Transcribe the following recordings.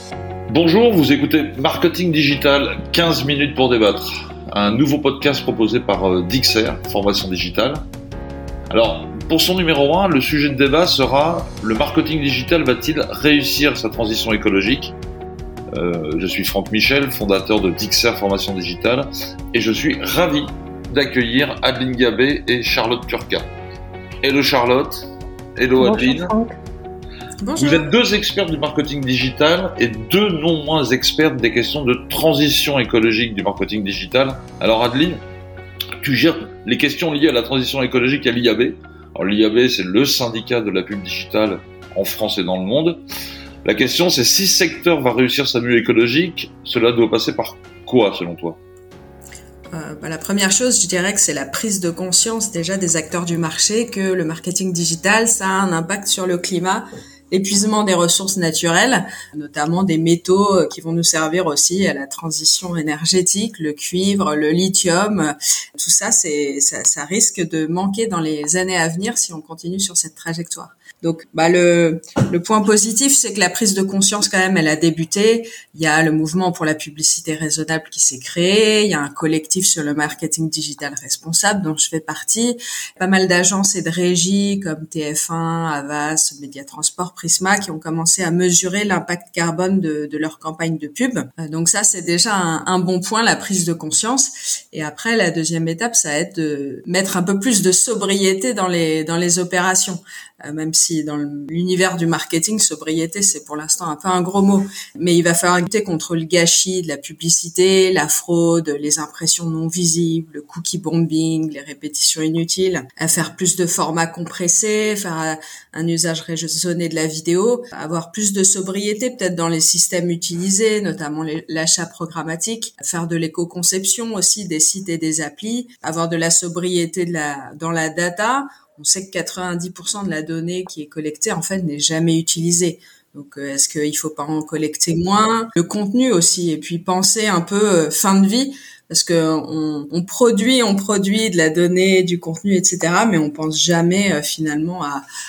Bonjour, vous écoutez Marketing Digital, 15 minutes pour débattre. Un nouveau podcast proposé par Dixer, Formation Digitale. Alors, pour son numéro 1, le sujet de débat sera: le marketing digital va-t-il réussir sa transition écologique ? Je suis Franck Michel, fondateur de Dixer Formation Digitale, et je suis ravi d'accueillir Adeline Gabet et Charlotte Turca. Hello Charlotte, hello Adeline. Bonjour. Vous êtes deux experts du marketing digital et deux non moins expertes des questions de transition écologique du marketing digital. Alors Adeline, tu gères les questions liées à la transition écologique à l'IAB. Alors l'IAB, c'est le syndicat de la pub digitale en France et dans le monde. La question, c'est: si ce secteur va réussir sa mue écologique, cela doit passer par quoi selon toi ? La première chose, je dirais que c'est la prise de conscience déjà des acteurs du marché que le marketing digital, ça a un impact sur le climat, l'épuisement des ressources naturelles, notamment des métaux qui vont nous servir aussi à la transition énergétique, le cuivre, le lithium. Tout ça, ça risque de manquer dans les années à venir si on continue sur cette trajectoire. Donc, le point positif, c'est que la prise de conscience, quand même, elle a débuté. Il y a le mouvement pour la publicité raisonnable qui s'est créé. Il y a un collectif sur le marketing digital responsable dont je fais partie. Pas mal d'agences et de régies comme TF1, Havas, Mediatransport, Prisma qui ont commencé à mesurer l'impact carbone de leur campagne de pub. Donc ça, c'est déjà un bon point, la prise de conscience. Et après, la deuxième étape, ça va être de mettre un peu plus de sobriété dans les opérations. Même si dans l'univers du marketing, sobriété, c'est pour l'instant un peu un gros mot. Mais il va falloir lutter contre le gâchis de la publicité, la fraude, les impressions non visibles, le cookie bombing, les répétitions inutiles, à faire plus de formats compressés, faire un usage raisonné de la vidéo, avoir plus de sobriété peut-être dans les systèmes utilisés, notamment l'achat programmatique, faire de l'éco-conception aussi des sites et des applis, avoir de la sobriété dans la data. On sait que 90% de la donnée qui est collectée, en fait, n'est jamais utilisée. Donc, est-ce qu'il faut pas en collecter moins ? Le contenu aussi, et puis penser un peu fin de vie, parce que on produit de la donnée, du contenu, etc., mais on pense jamais finalement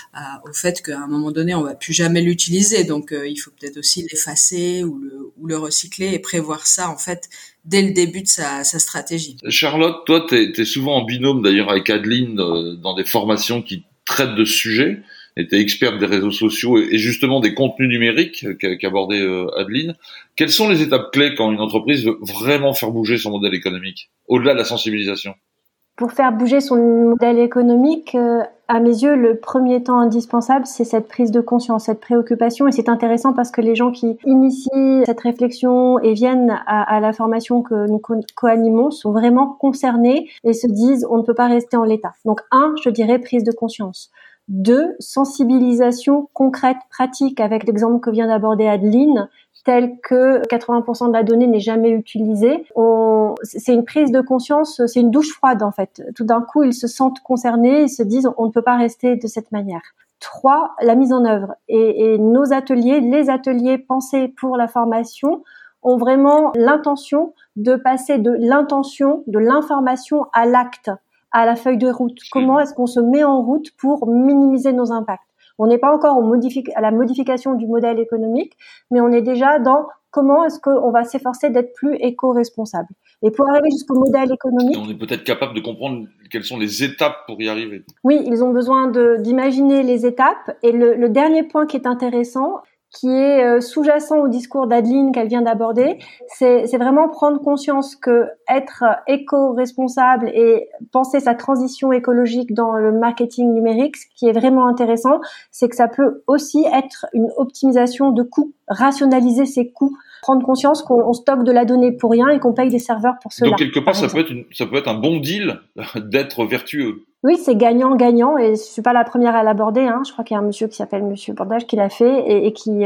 au fait qu'à un moment donné, on va plus jamais l'utiliser. Donc, il faut peut-être aussi l'effacer ou le recycler et prévoir ça, en fait, dès le début de sa stratégie. Charlotte, toi, t'es souvent en binôme d'ailleurs avec Adeline dans des formations qui traitent de ce sujet, et t'es experte des réseaux sociaux et justement des contenus numériques qu'abordait Adeline. Quelles sont les étapes clés quand une entreprise veut vraiment faire bouger son modèle économique, au-delà de la sensibilisation ? Pour faire bouger son modèle économique, à mes yeux, le premier temps indispensable, c'est cette prise de conscience, cette préoccupation. Et c'est intéressant parce que les gens qui initient cette réflexion et viennent à la formation que nous co-animons sont vraiment concernés et se disent on ne peut pas rester en l'état. Donc je dirais prise de conscience. 2, sensibilisation concrète, pratique, avec l'exemple que vient d'aborder Adeline, tel que 80% de la donnée n'est jamais utilisée. C'est une prise de conscience, c'est une douche froide en fait. Tout d'un coup, ils se sentent concernés, ils se disent on ne peut pas rester de cette manière. 3, la mise en œuvre. Et nos ateliers, les ateliers pensés pour la formation, ont vraiment l'intention de passer de l'information à l'acte, à la feuille de route. Comment est-ce qu'on se met en route pour minimiser nos impacts ? On n'est pas encore à la modification du modèle économique, mais on est déjà dans comment est-ce qu'on va s'efforcer d'être plus éco-responsable. Et pour arriver jusqu'au modèle économique... On est peut-être capable de comprendre quelles sont les étapes pour y arriver. Oui, ils ont besoin d'imaginer les étapes. Et le dernier point qui est intéressant, qui est sous-jacent au discours d'Adeline qu'elle vient d'aborder, c'est vraiment prendre conscience que être éco-responsable et penser sa transition écologique dans le marketing numérique, ce qui est vraiment intéressant, c'est que ça peut aussi être une optimisation de coûts, rationaliser ses coûts, prendre conscience qu'on stocke de la donnée pour rien et qu'on paye des serveurs pour cela. Donc quelque part, ça peut être un bon deal d'être vertueux. Oui, c'est gagnant-gagnant et je suis pas la première à l'aborder. Je crois qu'il y a un monsieur qui s'appelle Monsieur Bordage qui l'a fait et qui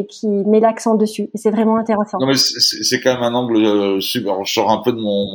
met l'accent dessus. Et c'est vraiment intéressant. Non, mais c'est quand même un angle super. Alors, je sors un peu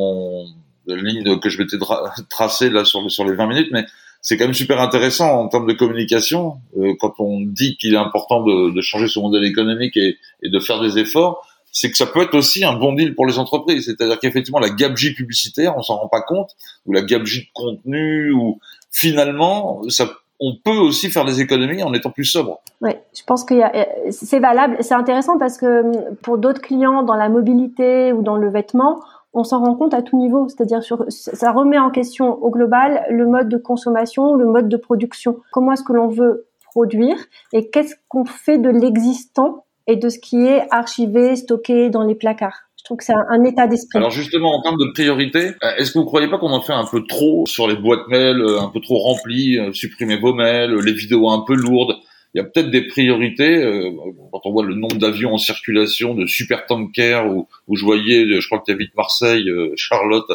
de ligne que je m'étais tracée là sur les 20 minutes, mais c'est quand même super intéressant en termes de communication. Quand on dit qu'il est important de changer son modèle économique et de faire des efforts, c'est que ça peut être aussi un bon deal pour les entreprises. C'est-à-dire qu'effectivement, la gabegie publicitaire, on s'en rend pas compte, ou la gabegie de contenu, ou finalement, ça on peut aussi faire des économies en étant plus sobre. Oui, je pense que c'est valable. C'est intéressant parce que pour d'autres clients dans la mobilité ou dans le vêtement, on s'en rend compte à tout niveau. C'est-à-dire ça remet en question au global le mode de consommation, le mode de production. Comment est-ce que l'on veut produire et qu'est-ce qu'on fait de l'existant et de ce qui est archivé, stocké dans les placards. Je trouve que c'est un état d'esprit. Alors justement, en termes de priorité, est-ce que vous croyez pas qu'on en fait un peu trop sur les boîtes mail, un peu trop remplies, supprimez vos mails, les vidéos un peu lourdes? Il y a peut-être des priorités, quand on voit le nombre d'avions en circulation, de supertankers, où je voyais, je crois que tu habites Marseille, Charlotte,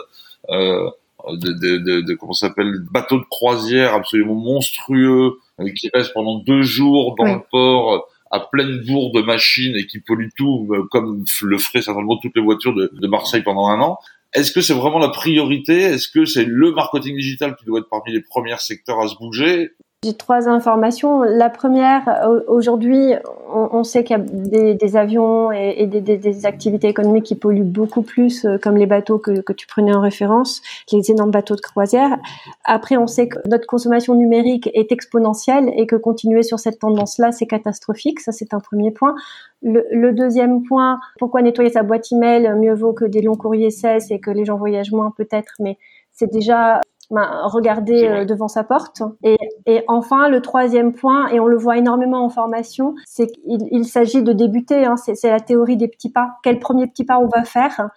comment ça s'appelle, bateaux de croisière absolument monstrueux, qui restent pendant 2 jours dans le port, à pleine bourre de machines et qui polluent tout, comme le feraient certainement toutes les voitures de Marseille pendant 1 an. Est-ce que c'est vraiment la priorité? Est-ce que c'est le marketing digital qui doit être parmi les premiers secteurs à se bouger? J'ai 3 informations. La première, aujourd'hui, on sait qu'il y a des avions et des activités économiques qui polluent beaucoup plus, comme les bateaux que tu prenais en référence, les énormes bateaux de croisière. Après, on sait que notre consommation numérique est exponentielle et que continuer sur cette tendance-là, c'est catastrophique. Ça, c'est un premier point. Le deuxième point, pourquoi nettoyer sa boîte email? Mieux vaut que des longs courriers cessent et que les gens voyagent moins peut-être, mais c'est déjà regarder devant sa porte. Et enfin, le troisième point, et on le voit énormément en formation, c'est qu'il s'agit de débuter. C'est la théorie des petits pas. Quel premier petit pas on va faire?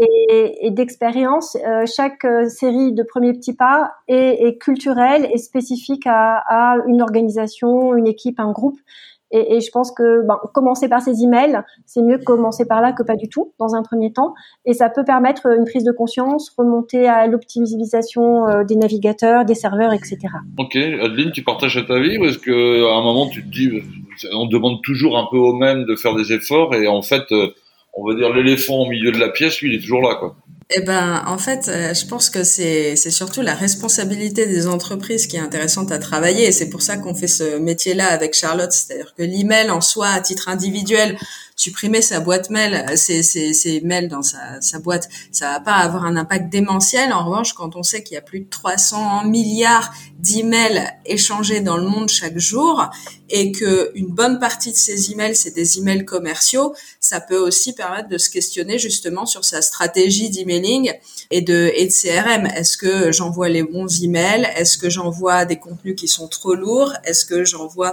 Et d'expérience, chaque série de premiers petits pas est culturelle et spécifique à une organisation, une équipe, un groupe. Et je pense que commencer par ces emails, c'est mieux que commencer par là que pas du tout dans un premier temps. Et ça peut permettre une prise de conscience, remonter à l'optimisation des navigateurs, des serveurs, etc. Ok, Adeline, tu partages cet avis ou est-ce que à un moment tu te dis, on demande toujours un peu aux mêmes de faire des efforts et en fait, on va dire l'éléphant au milieu de la pièce, lui, il est toujours là, quoi. Eh ben, en fait, je pense que c'est surtout la responsabilité des entreprises qui est intéressante à travailler. Et c'est pour ça qu'on fait ce métier-là avec Charlotte. C'est-à-dire que l'email en soi, à titre individuel, supprimer sa boîte mail, ses mails dans sa boîte, ça va pas avoir un impact démentiel. En revanche, quand on sait qu'il y a plus de 300 milliards d'emails échangés dans le monde chaque jour et que une bonne partie de ces emails, c'est des emails commerciaux, ça peut aussi permettre de se questionner justement sur sa stratégie d'emailing et de CRM. Est-ce que j'envoie les bons emails? Est-ce que j'envoie des contenus qui sont trop lourds? Est-ce que j'envoie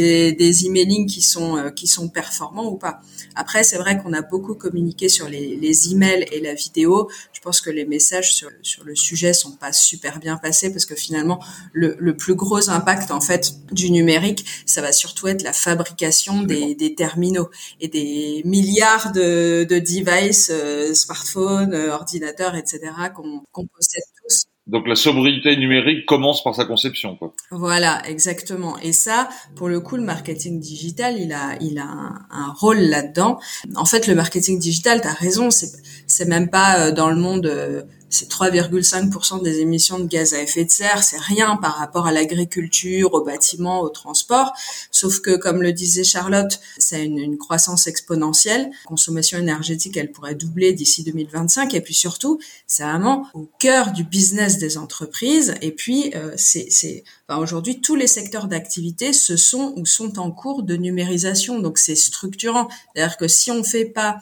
des emailing qui sont performants ou pas? Après, c'est vrai qu'on a beaucoup communiqué sur les emails et la vidéo. Je pense que les messages sur le sujet sont pas super bien passés parce que finalement, le plus gros impact, en fait, du numérique, ça va surtout être la fabrication des terminaux et des milliards de devices, smartphones, ordinateurs, etc., qu'on possède tous. Donc la sobriété numérique commence par sa conception, quoi. Voilà, exactement. Et ça, pour le coup, le marketing digital, il a un rôle là-dedans. En fait, le marketing digital, t'as raison, c'est même pas dans le monde, c'est 3,5% des émissions de gaz à effet de serre, c'est rien par rapport à l'agriculture, au bâtiment, au transport. Sauf que, comme le disait Charlotte, c'est une croissance exponentielle. La consommation énergétique, elle pourrait doubler d'ici 2025. Et puis surtout, c'est vraiment au cœur du business des entreprises. Et puis, aujourd'hui, tous les secteurs d'activité sont en cours de numérisation. Donc, c'est structurant. C'est-à-dire que si on fait pas,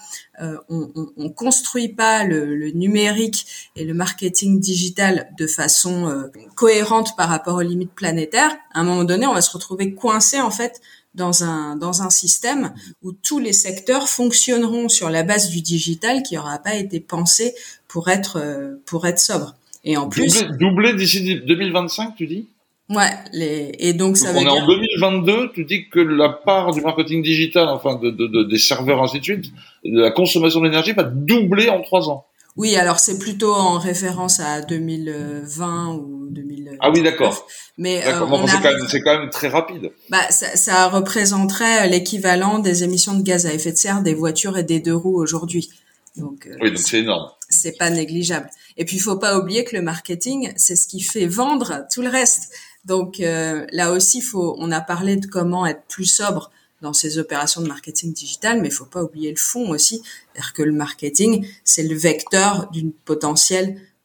on construit pas le numérique et le marketing digital de façon cohérente par rapport aux limites planétaires, à un moment donné, on va se retrouver coincé, en fait, dans un système où tous les secteurs fonctionneront sur la base du digital qui n'aura pas été pensé pour être sobre. Et en plus, doubler d'ici 2025, tu dis? Ouais, et donc ça veut dire. On est en 2022, tu dis que la part du marketing digital, enfin des serveurs ainsi de suite, de la consommation d'énergie va doubler en 3 ans. Oui, alors c'est plutôt en référence à 2020 ou 2019. Ah oui, d'accord. Mais c'est quand même très rapide. Ça représenterait l'équivalent des émissions de gaz à effet de serre des voitures et des 2 roues aujourd'hui. Donc c'est énorme. C'est pas négligeable. Et puis il faut pas oublier que le marketing, c'est ce qui fait vendre tout le reste. Donc là aussi, on a parlé de comment être plus sobre dans ces opérations de marketing digital, mais il faut pas oublier le fond aussi, c'est-à-dire que le marketing, c'est le vecteur d'une potentielle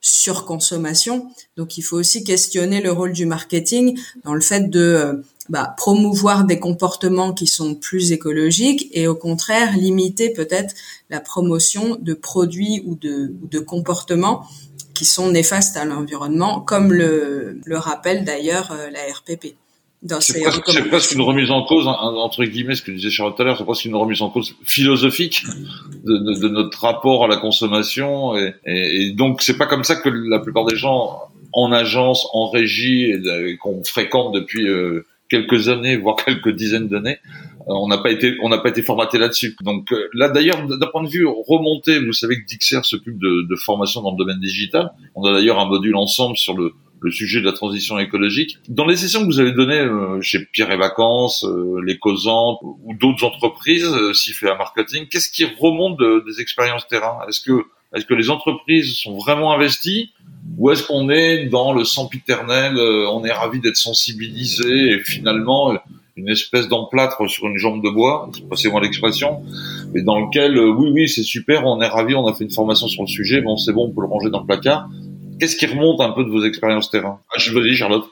surconsommation. Donc il faut aussi questionner le rôle du marketing dans le fait de promouvoir des comportements qui sont plus écologiques et au contraire limiter peut-être la promotion de produits ou de comportements qui sont néfastes à l'environnement, comme le rappelle d'ailleurs la RPP. C'est presque une remise en cause, entre guillemets, ce que disait Charlotte tout à l'heure, c'est presque une remise en cause philosophique de notre rapport à la consommation, et donc c'est pas comme ça que la plupart des gens en agence, en régie, qu'on fréquente depuis quelques années, voire quelques dizaines d'années, on n'a pas été formaté là-dessus. Donc là d'ailleurs, d'un point de vue remonté, vous savez que Dixer s'occupe de formation dans le domaine digital. On a d'ailleurs un module ensemble sur le sujet de la transition écologique. Dans les sessions que vous avez données chez Pierre et Vacances, les Causantes ou d'autres entreprises, Sifflet Marketing, qu'est-ce qui remonte des expériences terrain? Est-ce que les entreprises sont vraiment investies, ou est-ce qu'on est dans le sempiternel, on est ravi d'être sensibilisé et finalement une espèce d'emplâtre sur une jambe de bois, passez-moi l'expression, et dans lequel oui c'est super, on est ravi, on a fait une formation sur le sujet, bon c'est bon, on peut le ranger dans le placard. Qu'est-ce qui remonte un peu de vos expériences terrain? Je vous dis, Charlotte.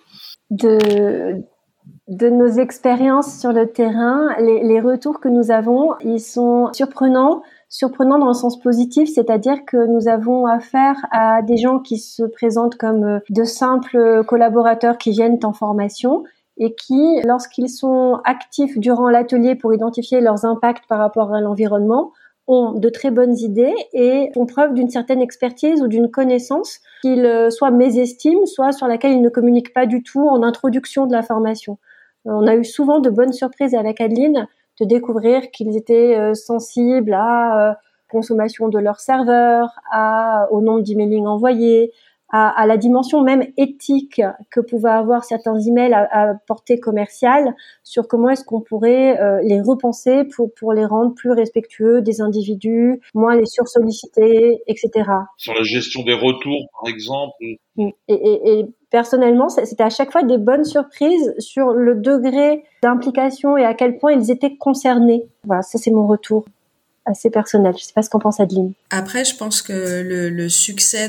De nos expériences sur le terrain, les retours que nous avons, ils sont surprenants dans le sens positif, c'est-à-dire que nous avons affaire à des gens qui se présentent comme de simples collaborateurs qui viennent en formation et qui, lorsqu'ils sont actifs durant l'atelier pour identifier leurs impacts par rapport à l'environnement, ont de très bonnes idées et font preuve d'une certaine expertise ou d'une connaissance qu'ils soit mésestiment, soit sur laquelle ils ne communiquent pas du tout en introduction de la formation. On a eu souvent de bonnes surprises avec Adeline de découvrir qu'ils étaient sensibles à consommation de leur serveur, au nombre d'emailing envoyés, à la dimension même éthique que pouvaient avoir certains emails à portée commerciale sur comment est-ce qu'on pourrait les repenser pour les rendre plus respectueux des individus, moins les sursolliciter, etc. Sur la gestion des retours, par exemple. Et personnellement, c'était à chaque fois des bonnes surprises sur le degré d'implication et à quel point ils étaient concernés. Voilà, ça c'est mon retour assez personnel. Je sais pas ce qu'en pense Adeline. Après, je pense que le succès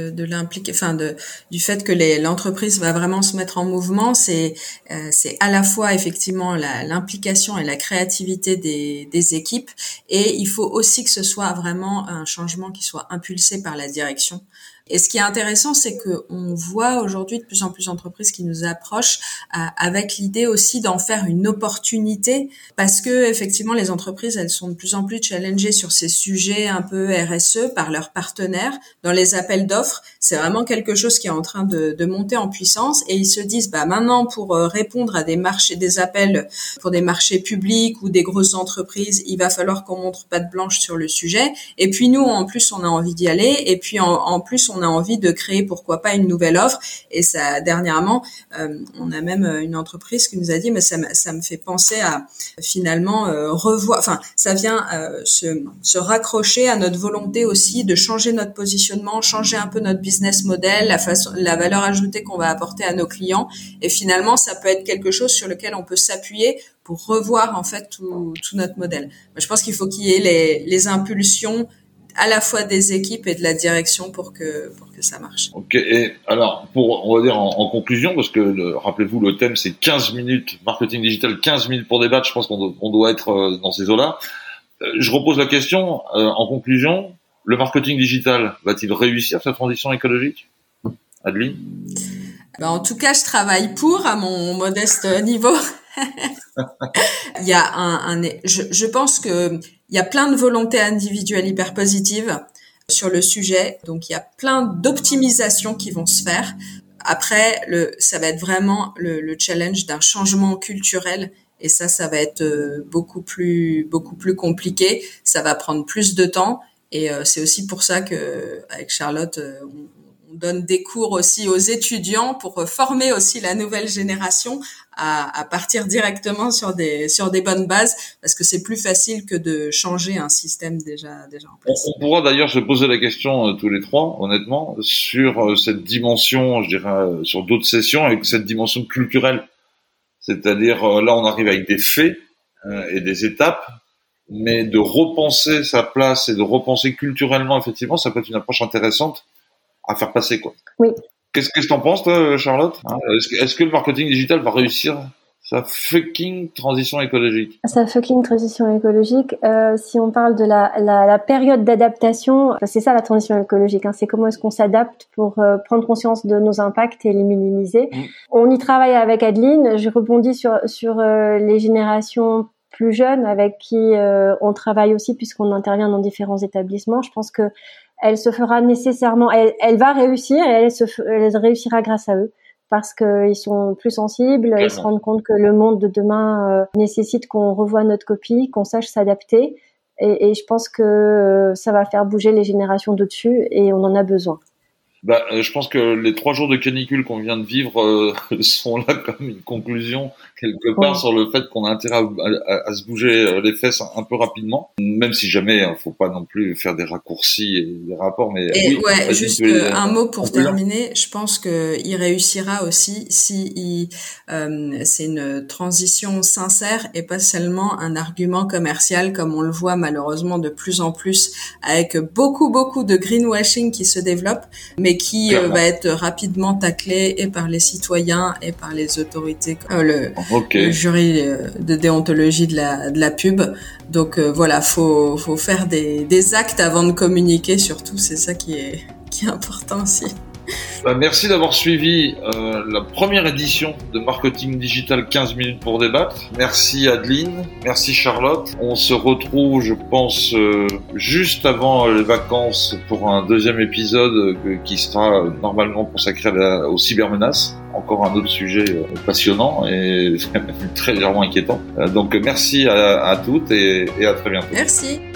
du fait que l'entreprise va vraiment se mettre en mouvement, c'est à la fois effectivement l'implication et la créativité des équipes, et il faut aussi que ce soit vraiment un changement qui soit impulsé par la direction. Et ce qui est intéressant, c'est que on voit aujourd'hui de plus en plus d'entreprises qui nous approchent avec l'idée aussi d'en faire une opportunité, parce que effectivement les entreprises, elles sont de plus en plus challengées sur ces sujets un peu RSE par leurs partenaires. Dans les appels d'offres, c'est vraiment quelque chose qui est en train de monter en puissance, et ils se disent maintenant pour répondre à des appels pour des marchés publics ou des grosses entreprises, il va falloir qu'on montre patte blanche sur le sujet. Et puis nous, en plus, on a envie d'y aller, et puis en plus on a envie de créer pourquoi pas une nouvelle offre. Et ça, dernièrement, on a même une entreprise qui nous a dit mais ça me fait penser à finalement revoir, enfin ça vient se raccrocher à notre volonté aussi de changer notre positionnement, changer un peu notre business model, la valeur ajoutée qu'on va apporter à nos clients, et finalement ça peut être quelque chose sur lequel on peut s'appuyer pour revoir en fait tout notre modèle. Je pense qu'il faut qu'il y ait les impulsions à la fois des équipes et de la direction pour que ça marche. Ok, et alors, on va dire en conclusion, parce que rappelez-vous, le thème c'est 15 minutes, marketing digital, 15 minutes pour débattre, je pense qu'on doit être dans ces eaux-là. Je repose la question, en conclusion, le marketing digital va-t-il réussir sa transition écologique? Adeline? En tout cas, je travaille à mon modeste niveau. Il y a je pense que il y a plein de volontés individuelles hyper positives sur le sujet, donc il y a plein d'optimisations qui vont se faire. Après, ça va être vraiment le challenge d'un changement culturel, et ça va être beaucoup plus compliqué. Ça va prendre plus de temps, et c'est aussi pour ça que avec Charlotte, on donne des cours aussi aux étudiants pour former aussi la nouvelle génération à partir directement sur des bonnes bases, parce que c'est plus facile que de changer un système déjà en place. On pourra d'ailleurs se poser la question tous les trois, honnêtement, sur cette dimension, je dirais, sur d'autres sessions, avec cette dimension culturelle. C'est-à-dire, là, on arrive avec des faits et des étapes, mais de repenser sa place et de repenser culturellement, effectivement, ça peut être une approche intéressante à faire passer, quoi. Oui. Qu'est-ce que t'en penses, toi, Charlotte, hein? Est-ce que le marketing digital va réussir sa fucking transition écologique? Sa fucking transition écologique, si on parle de la période d'adaptation, c'est ça la transition écologique, hein, c'est comment est-ce qu'on s'adapte pour prendre conscience de nos impacts et les minimiser. On y travaille avec Adeline, je rebondis sur les générations plus jeunes avec qui on travaille aussi puisqu'on intervient dans différents établissements. Je pense que elle se fera nécessairement, elle va réussir et elle réussira grâce à eux. Parce qu'ils sont plus sensibles, ils se rendent compte que le monde de demain nécessite qu'on revoie notre copie, qu'on sache s'adapter. Et je pense que ça va faire bouger les générations d'au-dessus et on en a besoin. Je pense que les 3 jours de canicule qu'on vient de vivre sont là comme une conclusion quelque part sur le fait qu'on a intérêt à se bouger les fesses un peu rapidement, même si jamais faut pas non plus faire des raccourcis et des rapports. Mais juste un mot pour terminer. Je pense que il réussira aussi si c'est une transition sincère et pas seulement un argument commercial comme on le voit malheureusement de plus en plus avec beaucoup de greenwashing qui se développe, mais qui va être rapidement taclé et par les citoyens et par les autorités, le jury de déontologie de la pub. Donc voilà, faut faire des actes avant de communiquer, surtout, c'est ça qui est important aussi. Merci d'avoir suivi la première édition de Marketing Digital 15 minutes pour débattre. Merci Adeline, merci Charlotte. On se retrouve, je pense, juste avant les vacances pour un deuxième épisode qui sera normalement consacré aux cybermenaces. Encore un autre sujet passionnant et très légèrement inquiétant. Donc merci à toutes et à très bientôt. Merci.